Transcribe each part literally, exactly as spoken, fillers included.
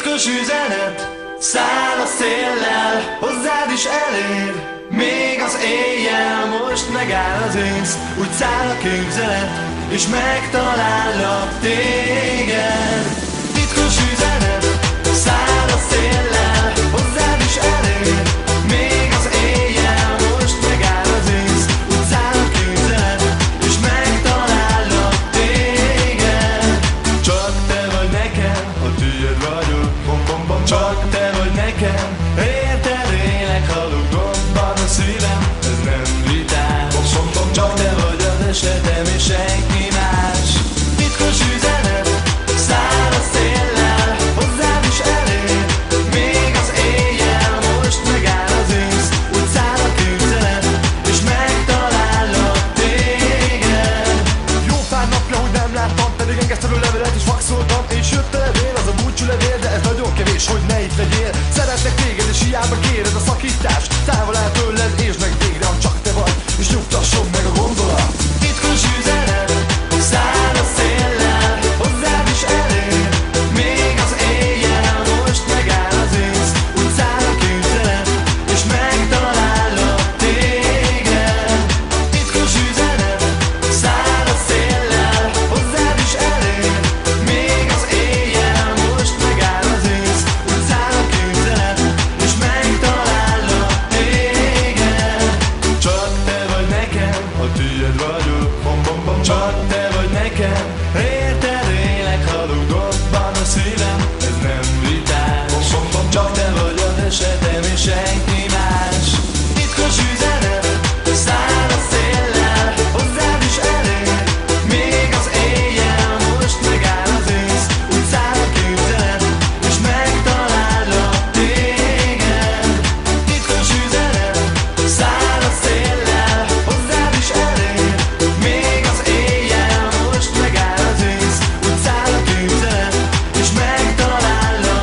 Titkos üzenet száll a széllel, hozzád is elér. Még az éjjel most megáll az ész, úgy száll a képzelet, és megtalállak téged. Titkos üzenet száll a széllel, hozzád is elér. Még az éjjel most megáll az ész, úgy száll a képzelet, és megtalállak téged. Csak te vagy nekem, a tiéd vagyok, bom bom bom. Csak te vagy nekem, érted élek, halok gomban a szívem, ez nem vitás. Csak te vagy az esetem és senki más. Titkos üzenet száll a széllel, hozzád is elér. Még az éjjel most megáll az ész, úgy száll a képzelet, és megtalállak téged. Jó pár napja, hogy nem láttam, pedig engesztelő levelet is faxoltam. És jött a levél, az a búcsú levél, de ez nagyon kevés, hogy ne itt legyél. Szeretlek téged, és hiába kéred a szakítást. Távol el tőled, és meg végre, ha csak te vagy, és nyugtasson meg a gondolat. Titkos üzenet száll a széllel, hozzád is elér. Még az éjjel most megáll az ész, úgy száll a képzelet, és megtalállak téged. Titkos üzenet száll a széllel, hozzád is elér. Még az éjjel most megáll az ész, úgy száll a képzelet, és megtalállak téged. Csak te vagy nekem, a tiéd vagyok, bom bom bom. Csak te vagy nekem, érted élek, halok dobban a szívem, ez nem vitás. Bom bom bom. Csak te vagy az esetem és senki más. Titkos üzenet száll a széllel, hozzád is elér. Még az éjjel most megáll az ész, úgy száll a képzelet, és megtalállak téged. Titkos üzenet száll a széllel, hozzád is elér. Még az éjjel most megáll az ész, úgy száll a képzelet, és megtalállak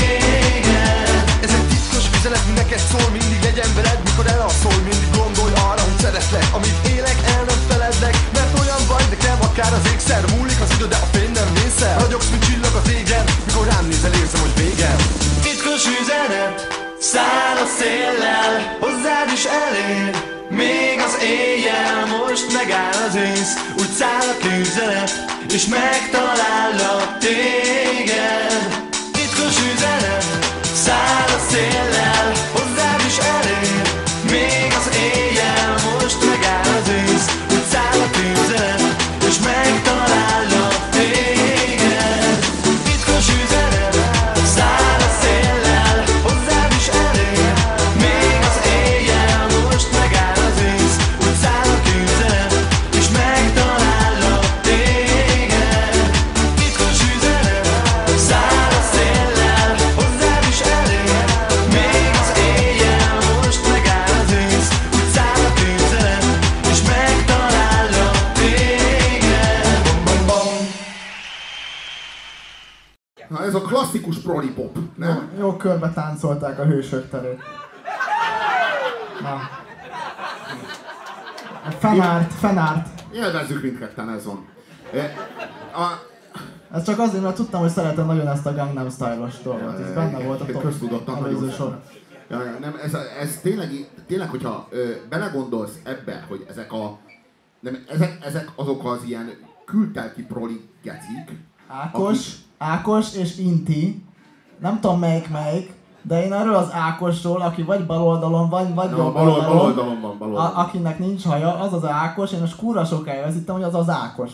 téged. Ez egy titkos üzenet, neked szól, mindig legyen veled, mikor elalszol, mindig gondolj arra, hogy szeretlek. Amit élek, el nem feledlek, mert olyan vagy nekem, akár az égszer. Múlik az idő, de a fény nem vészel. Ragyogsz, mint csillag az égen, mikor rám nézel, érzem, hogy végem. Titkos üzenet száll a széllel, hozzád is elér. Még az éjjel most megáll az ész, úgy száll a képzelet, és megtalállak téged. Titkos üzenet száll a széllel, hozzád is elér. Még az éjjel most megáll az ész, úgy száll a képzelet, és megtalállak téged. Titkos üzenet száll a széllel, hozzád is elér. Még az éjjel most megáll az ész, úgy száll a képzelet, és megtalállak téged. Titkos üzenet száll a széllel, hozzád is elér. Még az éjjel most megáll az ész, úgy száll a képzelet, és megtalállak téged. Bom, bom, bom. Na ez a klasszikus prolipop, nem? Jó, jó körbe táncolták a hősök terét. Na. Fenárt, fenárt. Élvezzük mindketten, ez van. E, a, Ez csak azért, mert tudtam, hogy szeretem nagyon ezt a Gangnam Style-os dolgot. Ez benne volt a top köztudottan előző nagyon sor. Ja, nem, ez, ez tényleg, tényleg, hogyha ö, belegondolsz ebbe, hogy ezek a... Nem, ezek, ezek azok az ilyen kültelki proli gecik. Ákos, Ákos és Inti. Nem tudom melyik melyik, de én erről az Ákosról, aki vagy bal oldalon van, vagy jobb bal, oldalon, bal oldalon van, bal oldalon. A, akinek nincs haja, az az Ákos, én most kurva sokáig azt hittem, hogy az az Ákos.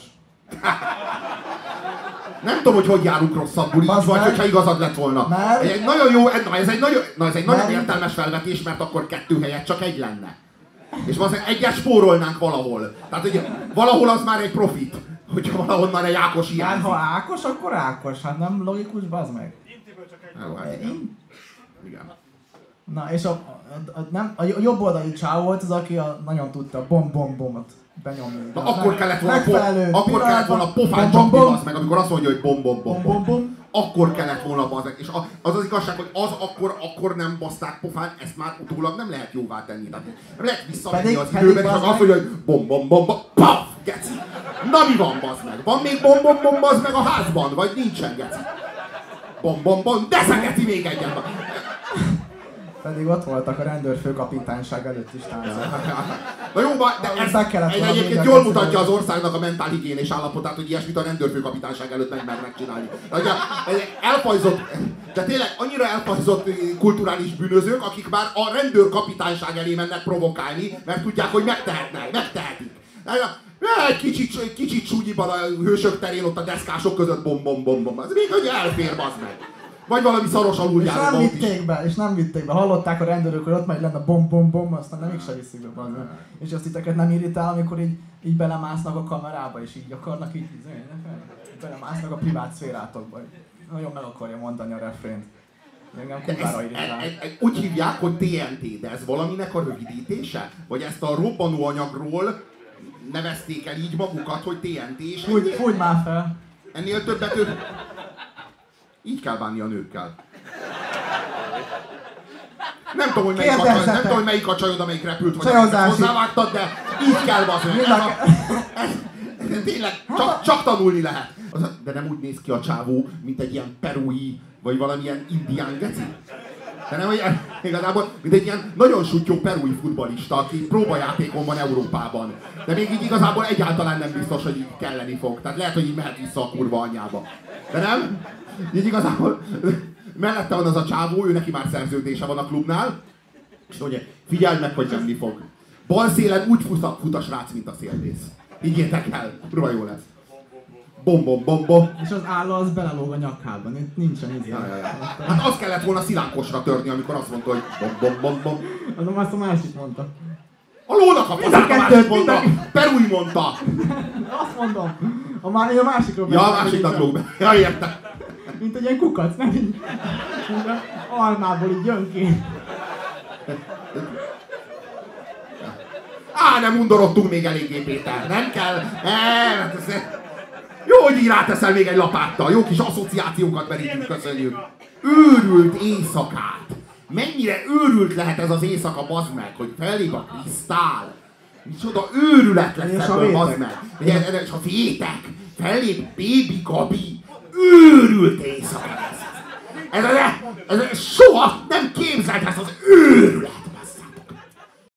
Nem tudom, hogy hogy járunk rosszabbul így, vagy hogyha igazad lett volna. Mert... Ez egy nagyon jó, na ez egy nagyon, na ez egy nagyon mert... értelmes felvetés, mert akkor kettő helyett csak egy lenne. És valószínűleg egyet spórolnánk valahol. Tehát hogy valahol az már egy profit, hogyha valahol már egy Ákos hiányzik. Hát ha Ákos, akkor Ákos, hát nem logikus, bazd meg. Jó, hát igen. Igen. Na és a, a, a, nem, a jobb oldali csávó volt az, aki a, nagyon tudta bom bom bomot benyomni. Na akkor kellett volna, po, akkor kellett volna pofán bom, csapni bom, az meg, amikor azt mondja, hogy bom bom bom bom. bom, bom. Akkor kellett volna bazeg. És az az igazság, hogy az akkor, akkor nem baszták pofán, ezt már utólag nem lehet jóvá tenni. Tehát nem lehet visszamenni az időben, csak azt mondja, hogy bom bom bom bom, paf, geci. Na mi van, bazd meg? Van még bom bom bom, bazd meg a házban? Vagy nincsen, geci? bom, bom, bom, de szegeti még egyet. Pedig ott voltak a rendőrfőkapitányság előtt is táncol. Na jó, de ez egy, egyébként jól mutatja az országnak a mentálhigiénés állapotát, hogy ilyesmit a rendőrfőkapitányság előtt meg mernek csinálni. De elfajzott, de tényleg annyira elfajzott kulturális bűnözők, akik már a rendőrkapitányság elé mennek provokálni, mert tudják, hogy megtehetnek, megtehetik. Egy kicsit, kicsit súnyiban a hősök terén, ott a deszkások között bom, bom, bom, bom. Ez még hogy elfér, bazd meg. Vagy valami szaros aluljáróban És nem vitték be, és nem vitték be. Hallották a rendőrök, hogy ott megy lenne bom, bom, bom, aztán nem mégse viszik be, bazd meg. És azt titeket nem irritál, amikor így, így belemásznak a kamerába, és így akarnak így, így belemásznak a privát szférátokba. Nagyon meg akarja mondani a refrént. Engem kurvára irritál. Úgy hívják, hogy té en té, de ez valaminek a rövidítése? Vagy ezt a robbanóanyagról nevezték el így magukat, hogy té en té, és Fújj, fújj már fel! ennél többet ő... Így kell bánni a nőkkel. Nem tudom, hogy melyik a, csaj, nem tudom, hogy melyik a csajod, amelyik repült, vagy hozzávágtad, de így kell bazni. Ez, a, ez, ez tényleg csak, csak tanulni lehet. De nem úgy néz ki a csávó, mint egy ilyen perui, vagy valamilyen indián geci. De nem, hogy igazából, mint egy ilyen nagyon sutyó perui futballista, aki próbajátékon van Európában. De még így igazából egyáltalán nem biztos, hogy így kelleni fog. Tehát lehet, hogy így mehet vissza a kurva anyjába. De nem? Így igazából mellette van az a csávó, ő neki már szerződése van a klubnál, és mondja, figyelj meg, hogy menni fog. Bal szélen úgy fut a, fut a srác, mint a szélvész. Higgyétek el, kurva jó lesz. Bom, bom, bom, bom. És az álla az belelóg a nyakában, itt nincsen így. Ja, ja, ja. Hát azt kellett volna szilánkosra törni, amikor azt mondta, hogy bom, bom, bom, bom. Azon azt a másik mondta. A lónak a fazát a másik mondta, Perui mondta. Azt mondom. A, má, a másikról ja, a másiknak lóg be. Ja, értem. Mint egy ilyen kukac, nem így. Almából így jön ki. Á, nem undorodtunk még eléggé, Péter. Nem kell. E, jó, hogy így ráteszel még egy lapáttal. Jó kis asszociációkat merítünk, köszönjük. Őrült éjszakát. Mennyire őrült lehet ez az éjszaka, bazd meg, hogy fellép a krisztál. Micsoda őrület lesz ebből, bazd meg. És a vétek. Fellép Baby Gabi. Őrült éjszaka lesz. Ez, ez, ez, ez soha nem képzeld ezt az őrület.